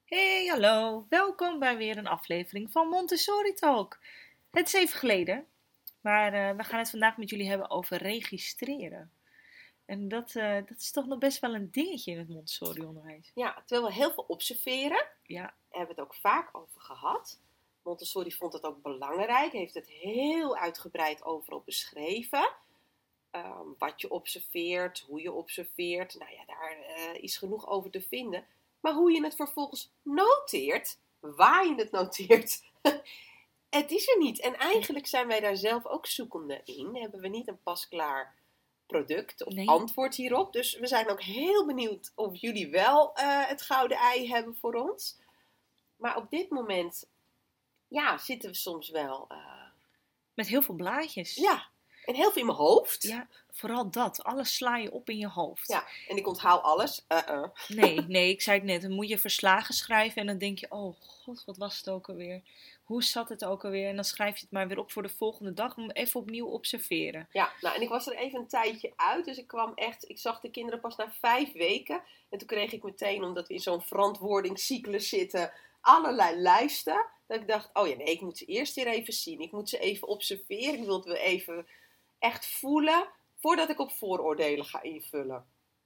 Hey, hallo. Welkom bij weer een aflevering van Montessori Talk. Het is even geleden, maar we gaan het vandaag met jullie hebben over registreren. En dat is toch nog best wel een dingetje in het Montessori-onderwijs. Ja, terwijl we heel veel observeren, Ja, hebben we het ook vaak over gehad. Montessori vond het ook belangrijk, heeft het heel uitgebreid overal beschreven. Wat je observeert, hoe je observeert, nou ja, daar is genoeg over te vinden. Maar hoe je het vervolgens noteert, waar je het noteert, het is er niet. En eigenlijk zijn wij daar zelf ook zoekende in. Hebben we niet een pasklaar product of nee. antwoord hierop. Dus we zijn ook heel benieuwd of jullie wel het gouden ei hebben voor ons. Maar op dit moment, ja, zitten we soms wel, Met heel veel blaadjes. ja, en heel veel in mijn hoofd. Ja, vooral dat. Alles sla je op in je hoofd. Ja, en ik onthoud alles. Nee, ik zei het net. Dan moet je verslagen schrijven en dan denk je, oh god, wat was het ook alweer? Hoe zat het ook alweer? En dan schrijf je het maar weer op voor de volgende dag om even opnieuw observeren. Ja, nou, en ik was er even een tijdje uit. Dus ik zag de kinderen pas na 5 weken. En toen kreeg ik meteen, omdat we in zo'n verantwoordingscyclus zitten, allerlei lijsten. Dat ik dacht, oh ja, nee, ik moet ze eerst weer even zien. Ik moet ze even observeren. Ik wil het weer even echt voelen, voordat ik op vooroordelen ga invullen.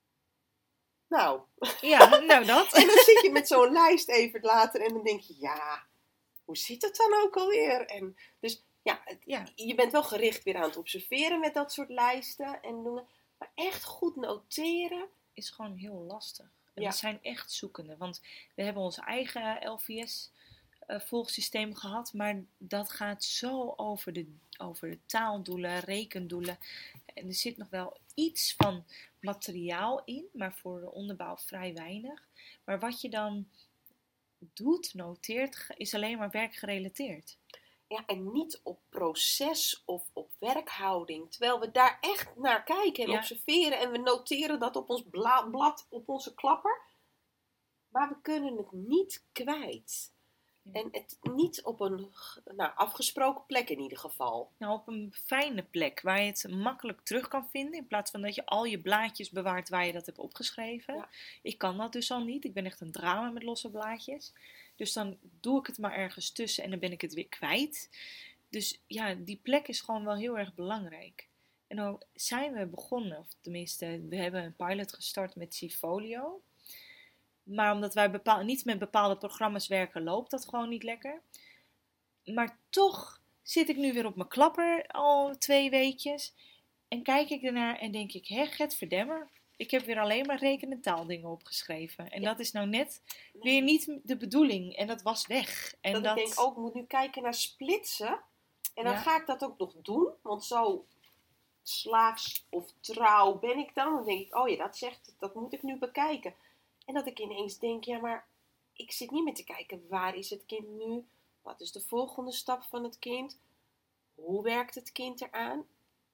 Nou, Ja, nou dat. en dan zit je met zo'n lijst even later en dan denk je, ja, hoe zit het dan ook alweer? En dus ja, Ja. je bent wel gericht weer aan het observeren met dat soort lijsten en dingen. Maar echt goed noteren. Is gewoon heel lastig. En Ja. we zijn echt zoekende. Want we hebben ons eigen LVS-volgsysteem gehad. Maar dat gaat zo over de taaldoelen, rekendoelen. En er zit nog wel iets van materiaal in. Maar voor de onderbouw vrij weinig. Maar wat je dan doet, noteert, is alleen maar werkgerelateerd. Ja, en niet op proces of op werkhouding. Terwijl we daar echt naar kijken en Ja. observeren. En we noteren dat op ons blad, op onze klapper. Maar we kunnen het niet kwijt. Ja. En het niet op een afgesproken plek in ieder geval. Nou, op een fijne plek waar je het makkelijk terug kan vinden. In plaats van dat je al je blaadjes bewaart waar je dat hebt opgeschreven. Ja. Ik kan dat dus al niet. Ik ben echt een drama met losse blaadjes. Dus dan doe ik het maar ergens tussen en dan ben ik het weer kwijt. Dus ja, die plek is gewoon wel heel erg belangrijk. En dan zijn we begonnen, of tenminste, we hebben een pilot gestart met Cfolio. Maar omdat wij niet met bepaalde programma's werken, loopt dat gewoon niet lekker. Maar toch zit ik nu weer op mijn klapper al 2 weekjes. En kijk ik ernaar en denk ik, hé, Getverdemmer. Ik heb weer alleen maar rekenen taaldingen opgeschreven. En dat is nou net weer niet de bedoeling. En dat was weg. En dat ik denk, ik moet nu kijken naar splitsen. En dan ga ik dat ook nog doen. Want zo slaafs of trouw ben ik dan. Dan denk ik, oh ja, dat moet ik nu bekijken. En dat ik ineens denk, ja, maar ik zit niet meer te kijken, waar is het kind nu? Wat is de volgende stap van het kind? Hoe werkt het kind eraan?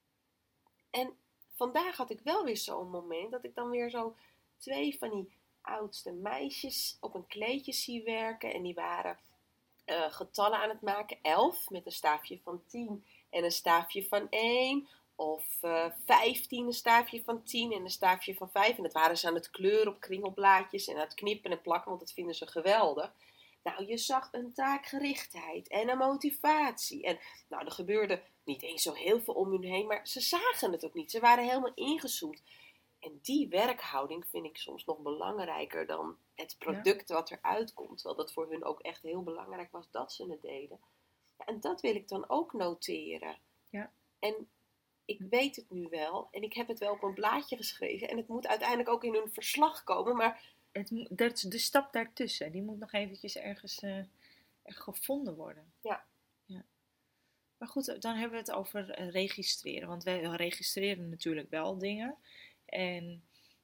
En vandaag had ik wel weer zo'n moment dat ik dan weer zo 2 van die oudste meisjes op een kleedje zie werken. En die waren getallen aan het maken. 11 met een staafje van 10 en een staafje van 1. Of 15, een staafje van 10 en een staafje van 5. En dat waren ze aan het kleuren op kringelblaadjes en aan het knippen en plakken, want dat vinden ze geweldig. Nou, je zag een taakgerichtheid en een motivatie. En nou, er gebeurde niet eens zo heel veel om hun heen, maar ze zagen het ook niet. Ze waren helemaal ingezoomd. En die werkhouding vind ik soms nog belangrijker dan het product wat eruit komt. Terwijl dat voor hun ook echt heel belangrijk was dat ze het deden. Ja, en dat wil ik dan ook noteren. Ja. En ik weet het nu wel. En ik heb het wel op een blaadje geschreven. En het moet uiteindelijk ook in hun verslag komen. Maar de stap daartussen, die moet nog eventjes ergens gevonden worden. Ja. Maar goed, dan hebben we het over registreren. Want wij registreren natuurlijk wel dingen. En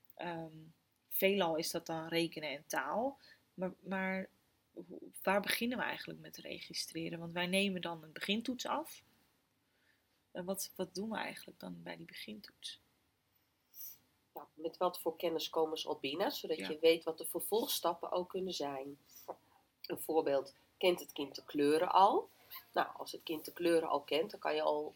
veelal is dat dan rekenen en taal. Maar waar beginnen we eigenlijk met registreren? Want wij nemen dan een begintoets af. En wat doen we eigenlijk dan bij die begintoets? Nou, met wat voor kennis komen ze al binnen, zodat je weet wat de vervolgstappen ook kunnen zijn. Een voorbeeld, kent het kind de kleuren al? Nou, als het kind de kleuren al kent, dan kan je al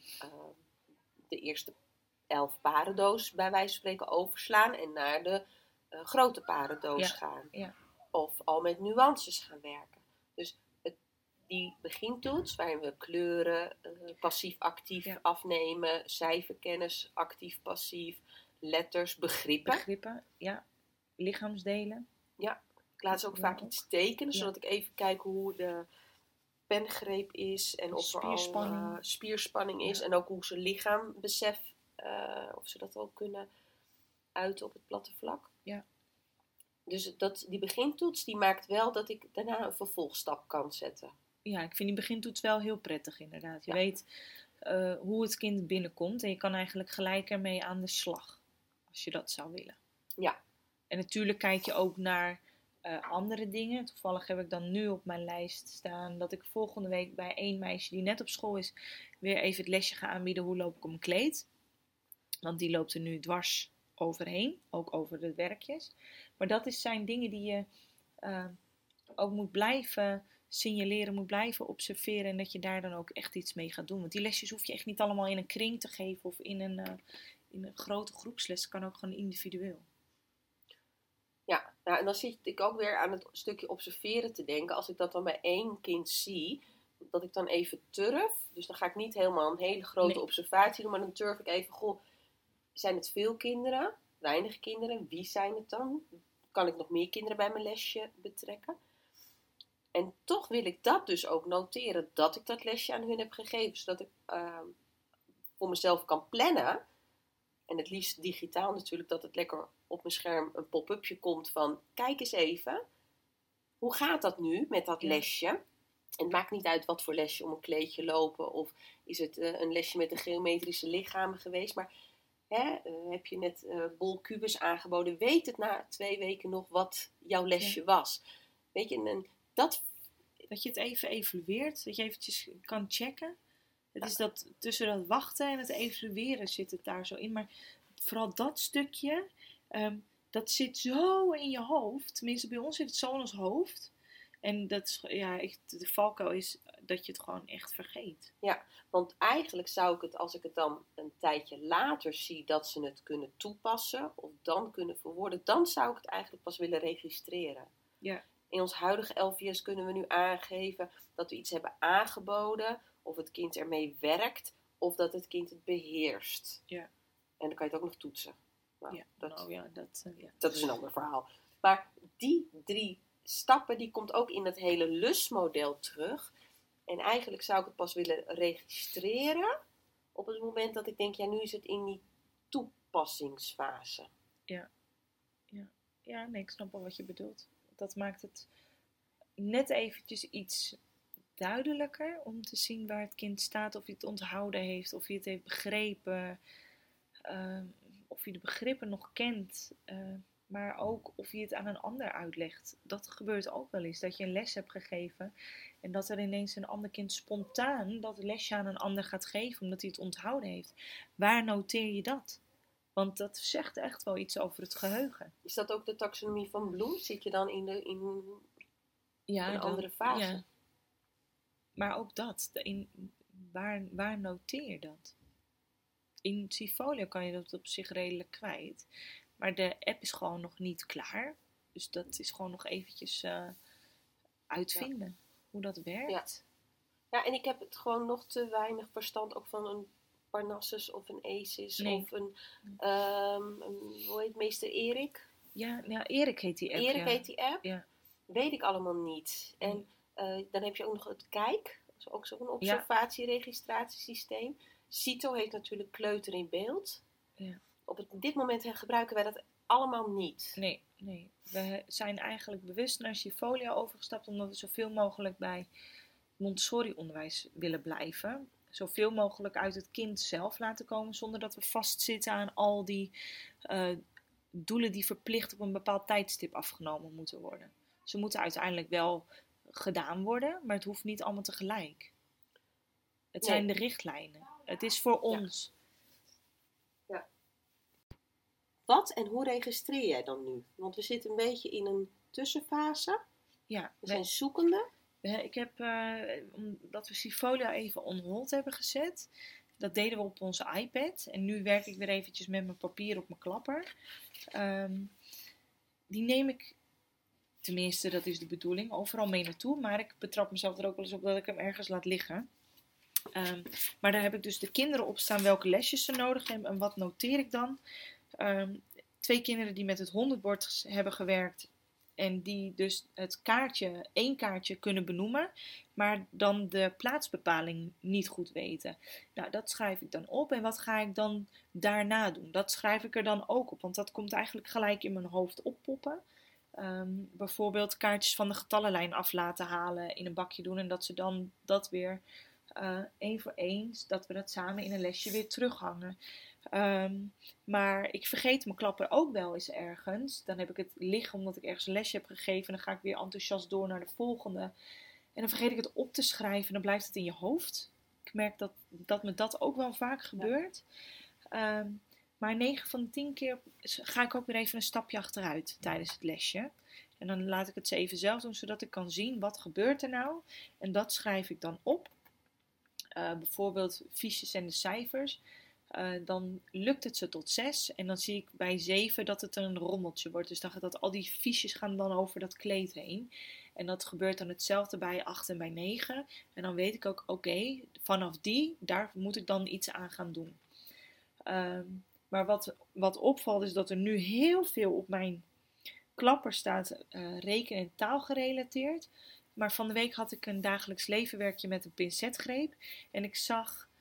de eerste 11 parendoos bij wijze van spreken overslaan en naar de grote parendoos gaan. Ja. of al met nuances gaan werken. Dus die begintoets, waarin we kleuren, passief-actief afnemen, cijferkennis, actief-passief, letters, begrippen. Ja. Lichaamsdelen. Ja, ik laat ze ook vaak iets tekenen, zodat ik even kijk hoe de pengreep is en of er al spierspanning is. En ook hoe ze lichaambesef, of ze dat ook kunnen uiten op het platte vlak. Ja. Dus die begintoets, die maakt wel dat ik daarna een vervolgstap kan zetten. Ja, ik vind die begintoets wel heel prettig inderdaad. Je weet hoe het kind binnenkomt en je kan eigenlijk gelijk ermee aan de slag. Als je dat zou willen. Ja. En natuurlijk kijk je ook naar andere dingen. Toevallig heb ik dan nu op mijn lijst staan dat ik volgende week bij één meisje die net op school is weer even het lesje ga aanbieden hoe loop ik op mijn kleed. Want die loopt er nu dwars overheen, ook over de werkjes. Maar dat zijn dingen die je ook moet blijven signaleren, moet blijven observeren en dat je daar dan ook echt iets mee gaat doen. Want die lesjes hoef je echt niet allemaal in een kring te geven of in een grote groepsles. Het kan ook gewoon individueel. Ja, en dan zit ik ook weer aan het stukje observeren te denken. Als ik dat dan bij één kind zie, dat ik dan even turf. Dus dan ga ik niet helemaal een hele grote observatie doen, maar dan turf ik even, goh, zijn het veel kinderen? Weinig kinderen? Wie zijn het dan? Kan ik nog meer kinderen bij mijn lesje betrekken? En toch wil ik dat dus ook noteren, dat ik dat lesje aan hun heb gegeven, zodat ik voor mezelf kan plannen. En het liefst digitaal natuurlijk, dat het lekker op mijn scherm een pop-upje komt van, kijk eens even, hoe gaat dat nu met dat lesje? En het maakt niet uit wat voor lesje, om een kleedje lopen of is het een lesje met de geometrische lichamen geweest, maar heb je net bol kubus aangeboden, weet het na 2 weken nog wat jouw lesje was. Weet je, en dat je het even evalueert, dat je eventjes kan checken. Het is dat tussen dat wachten en het evalueren zit het daar zo in. Maar vooral dat stukje, dat zit zo in je hoofd. Tenminste, bij ons zit het zo in ons hoofd. En dat is, de valkuil is dat je het gewoon echt vergeet. Ja, want eigenlijk zou ik het, als ik het dan een tijdje later zie dat ze het kunnen toepassen of dan kunnen verwoorden, dan zou ik het eigenlijk pas willen registreren. Ja. In ons huidige LVS kunnen we nu aangeven dat we iets hebben aangeboden, of het kind ermee werkt, of dat het kind het beheerst. Ja. En dan kan je het ook nog toetsen. Nou, dat is een ander verhaal. Maar die 3 stappen, die komt ook in het hele LUS-model terug. En eigenlijk zou ik het pas willen registreren op het moment dat ik denk, ja, nu is het in die toepassingsfase. Ja, nee, ik snap wel wat je bedoelt. Dat maakt het net eventjes iets duidelijker om te zien waar het kind staat, of hij het onthouden heeft, of hij het heeft begrepen, of hij de begrippen nog kent, maar ook of hij het aan een ander uitlegt. Dat gebeurt ook wel eens, dat je een les hebt gegeven en dat er ineens een ander kind spontaan dat lesje aan een ander gaat geven, omdat hij het onthouden heeft. Waar noteer je dat? Want dat zegt echt wel iets over het geheugen. Is dat ook de taxonomie van Bloem? Zit je dan in een andere fase? Ja. Maar ook dat. Waar noteer je dat? In Zifolio kan je dat op zich redelijk kwijt. Maar de app is gewoon nog niet klaar. Dus dat is gewoon nog eventjes uitvinden hoe dat werkt. Ja, en ik heb het gewoon nog te weinig verstand ook van een Parnassus of een ACES of een hoe heet meester Erik? Ja, Erik heet die app. Heet die app. Ja. Weet ik allemaal niet. En dan heb je ook nog het Kijk. Dat is ook zo'n observatieregistratiesysteem. CITO heeft natuurlijk kleuter in beeld. Ja. Op dit moment gebruiken wij dat allemaal niet. Nee. We zijn eigenlijk bewust naar Zifolio overgestapt omdat we zoveel mogelijk bij Montessori-onderwijs willen blijven. Zoveel mogelijk uit het kind zelf laten komen zonder dat we vastzitten aan al die doelen die verplicht op een bepaald tijdstip afgenomen moeten worden. Ze moeten uiteindelijk wel gedaan worden, maar het hoeft niet allemaal tegelijk. Het zijn de richtlijnen. Het is voor ons. Ja. Wat en hoe registreer jij dan nu? Want we zitten een beetje in een tussenfase. Ja. We zijn zoekende. Ik heb, omdat we Zifolio even on hold hebben gezet, dat deden we op onze iPad. En nu werk ik weer eventjes met mijn papier op mijn klapper. Die neem ik Tenminste, dat is de bedoeling. Overal mee naartoe. Maar ik betrap mezelf er ook wel eens op dat ik hem ergens laat liggen. Maar daar heb ik dus de kinderen op staan welke lesjes ze nodig hebben. En wat noteer ik dan? 2 kinderen die met het 100-bord hebben gewerkt. En die dus één kaartje kunnen benoemen. Maar dan de plaatsbepaling niet goed weten. Nou, dat schrijf ik dan op. En wat ga ik dan daarna doen? Dat schrijf ik er dan ook op. Want dat komt eigenlijk gelijk in mijn hoofd oppoppen. Bijvoorbeeld kaartjes van de getallenlijn af laten halen. In een bakje doen. En dat ze dan dat weer 1 voor 1. Dat we dat samen in een lesje weer terughangen. Maar ik vergeet mijn klapper ook wel eens ergens. Dan heb ik het liggen omdat ik ergens een lesje heb gegeven. Dan ga ik weer enthousiast door naar de volgende. En dan vergeet ik het op te schrijven. En dan blijft het in je hoofd. Ik merk dat me dat ook wel vaak gebeurt. Maar 9 van de 10 keer ga ik ook weer even een stapje achteruit tijdens het lesje. En dan laat ik het ze even zelf doen, zodat ik kan zien wat gebeurt er nou. En dat schrijf ik dan op. Bijvoorbeeld fiches en de cijfers. Dan lukt het ze tot 6. En dan zie ik bij 7 dat het een rommeltje wordt. Dus dan gaat al die fiches gaan dan over dat kleed heen. En dat gebeurt dan hetzelfde bij 8 en bij 9. En dan weet ik ook, oké, vanaf daar moet ik dan iets aan gaan doen. Maar wat opvalt is dat er nu heel veel op mijn klapper staat reken- en taalgerelateerd. Maar van de week had ik een dagelijks levenwerkje met een pincetgreep. En ik zag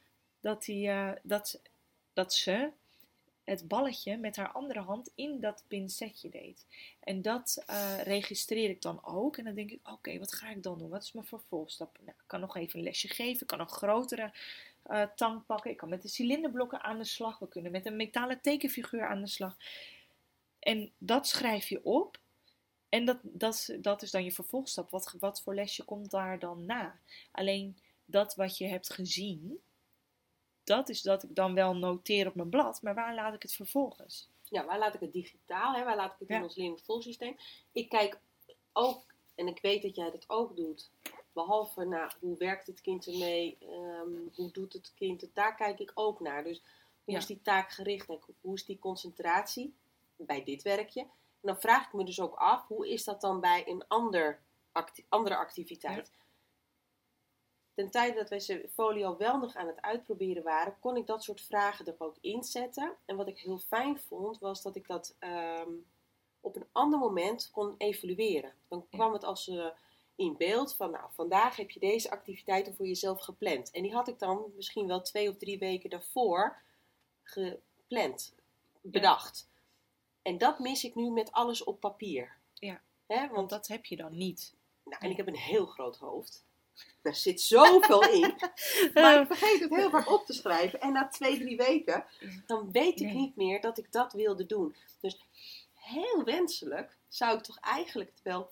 dat ze het balletje met haar andere hand in dat pincetje deed. En dat registreer ik dan ook. En dan denk ik, oké, wat ga ik dan doen? Wat is mijn vervolgstap? Nou, ik kan nog even een lesje geven. Ik kan een grotere tang pakken. Ik kan met de cilinderblokken aan de slag. We kunnen met een metalen tekenfiguur aan de slag. En dat schrijf je op. En dat is dan je vervolgstap. Wat voor lesje komt daar dan na? Alleen dat wat je hebt gezien, dat is dat ik dan wel noteer op mijn blad. Maar waar laat ik het vervolgens? Ja, waar laat ik het digitaal? Waar laat ik het in ons leerlingvolgsysteem? Ik kijk ook, en ik weet dat jij dat ook doet, behalve hoe werkt het kind ermee, hoe doet het kind het, daar kijk ik ook naar. Dus hoe is die taakgericht en hoe is die concentratie bij dit werkje? En dan vraag ik me dus ook af, hoe is dat dan bij een andere activiteit? Ja. Ten tijde dat wij Folio wel nog aan het uitproberen waren, kon ik dat soort vragen er ook inzetten. En wat ik heel fijn vond, was dat ik dat op een ander moment kon evalueren. Dan kwam het als in beeld van, nou, vandaag heb je deze activiteiten voor jezelf gepland. En die had ik dan misschien wel 2 of 3 weken daarvoor gepland, bedacht. En dat mis ik nu met alles op papier. Ja, want dat heb je dan niet. Nou, en ik heb een heel groot hoofd. Er zit zoveel in. Maar ik vergeet het heel vaak op te schrijven. En na 2, 3 weken, dan weet ik niet meer dat ik dat wilde doen. Dus heel wenselijk zou ik toch eigenlijk het wel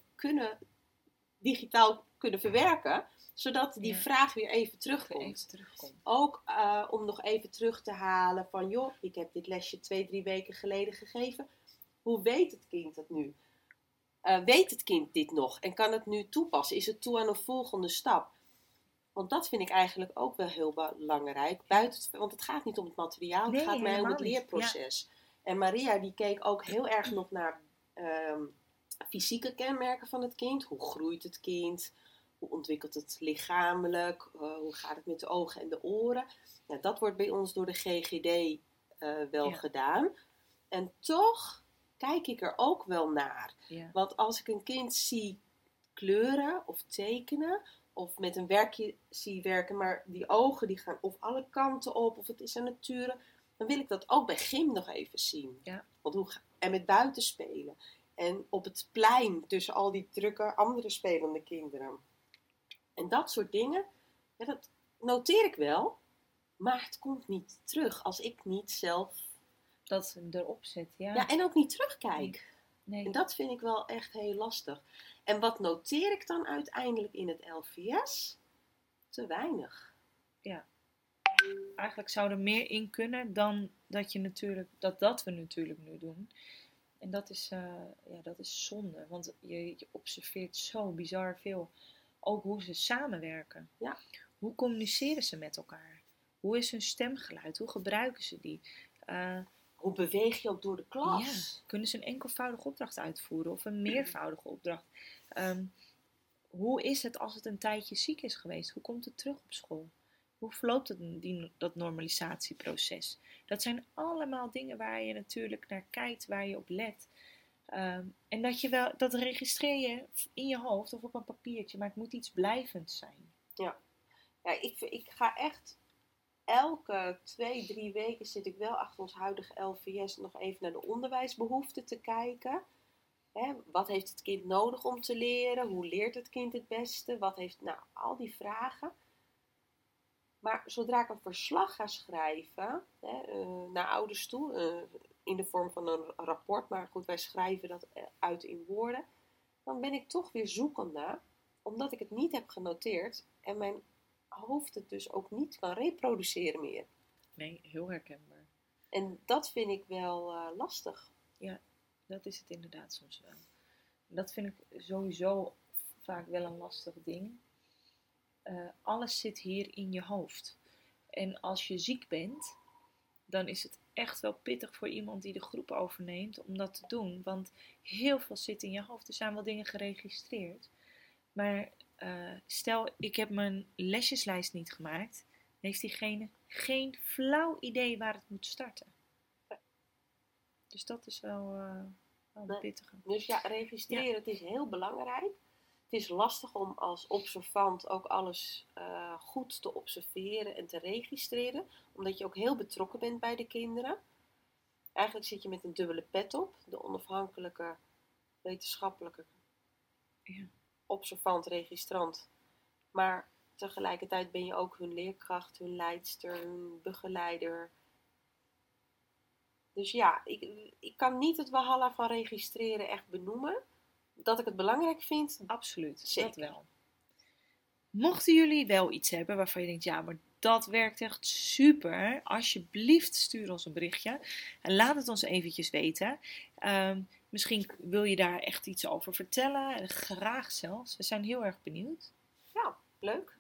digitaal kunnen verwerken. Zodat die vraag weer even terugkomt. Ook om nog even terug te halen van, joh, ik heb dit lesje 2, 3 weken geleden gegeven. Hoe weet het kind dat nu? Weet het kind dit nog? En kan het nu toepassen? Is het toe aan een volgende stap? Want dat vind ik eigenlijk ook wel heel belangrijk. Want het gaat niet om het materiaal. Het gaat mij om het leerproces. Ja. En Maria die keek ook heel erg nog naar fysieke kenmerken van het kind. Hoe groeit het kind? Hoe ontwikkelt het lichamelijk? Hoe gaat het met de ogen en de oren? Nou, dat wordt bij ons door de GGD wel gedaan. En toch kijk ik er ook wel naar. Ja. Want als ik een kind zie kleuren of tekenen, of met een werkje zie werken, maar die ogen die gaan of alle kanten op, of het is een nature, dan wil ik dat ook bij gym nog even zien. Ja. En met buiten spelen. En op het plein tussen al die drukke andere spelende kinderen. En dat soort dingen, dat noteer ik wel, maar het komt niet terug als ik niet zelf dat erop zet, ja, en ook niet terugkijk. Nee. En dat vind ik wel echt heel lastig. En wat noteer ik dan uiteindelijk in het LVS? Te weinig. Ja. Eigenlijk zou er meer in kunnen dan dat we natuurlijk nu doen. En dat is zonde. Want je observeert zo bizar veel. Ook hoe ze samenwerken. Ja. Hoe communiceren ze met elkaar? Hoe is hun stemgeluid? Hoe gebruiken ze die? hoe beweeg je ook door de klas? Ja, kunnen ze een enkelvoudige opdracht uitvoeren of een meervoudige opdracht? Hoe is het als het een tijdje ziek is geweest? Hoe komt het terug op school? Hoe verloopt dat normalisatieproces? Dat zijn allemaal dingen waar je natuurlijk naar kijkt, waar je op let. En dat registreer je in je hoofd of op een papiertje, maar het moet iets blijvends zijn. Ja, ik ga echt elke 2-3 weken zit ik wel achter ons huidige LVS nog even naar de onderwijsbehoeften te kijken. Wat heeft het kind nodig om te leren? Hoe leert het kind het beste? Al die vragen. Maar zodra ik een verslag ga schrijven, naar ouders toe, in de vorm van een rapport, maar goed, wij schrijven dat uit in woorden, dan ben ik toch weer zoekende, omdat ik het niet heb genoteerd en mijn hoofd het dus ook niet kan reproduceren meer. Nee, heel herkenbaar. En dat vind ik wel lastig. Ja, dat is het inderdaad soms wel. Dat vind ik sowieso vaak wel een lastig ding. Alles zit hier in je hoofd. En als je ziek bent, dan is het echt wel pittig voor iemand die de groep overneemt om dat te doen. Want heel veel zit in je hoofd. Er zijn wel dingen geregistreerd. Maar stel, ik heb mijn lesjeslijst niet gemaakt. Heeft diegene geen flauw idee waar het moet starten. Dus dat is wel een pittige. Dus ja, registreren, het is heel belangrijk. Het is lastig om als observant ook alles goed te observeren en te registreren. Omdat je ook heel betrokken bent bij de kinderen. Eigenlijk zit je met een dubbele pet op. De onafhankelijke, wetenschappelijke observant, registrant. Maar tegelijkertijd ben je ook hun leerkracht, hun leidster, hun begeleider. Dus ja, ik kan niet het walhalla van registreren echt benoemen. Dat ik het belangrijk vind, absoluut, zeker. Dat wel. Mochten jullie wel iets hebben waarvan je denkt, ja, maar dat werkt echt super. Alsjeblieft stuur ons een berichtje. En laat het ons eventjes weten. Misschien wil je daar echt iets over vertellen. Graag zelfs. We zijn heel erg benieuwd. Ja, leuk.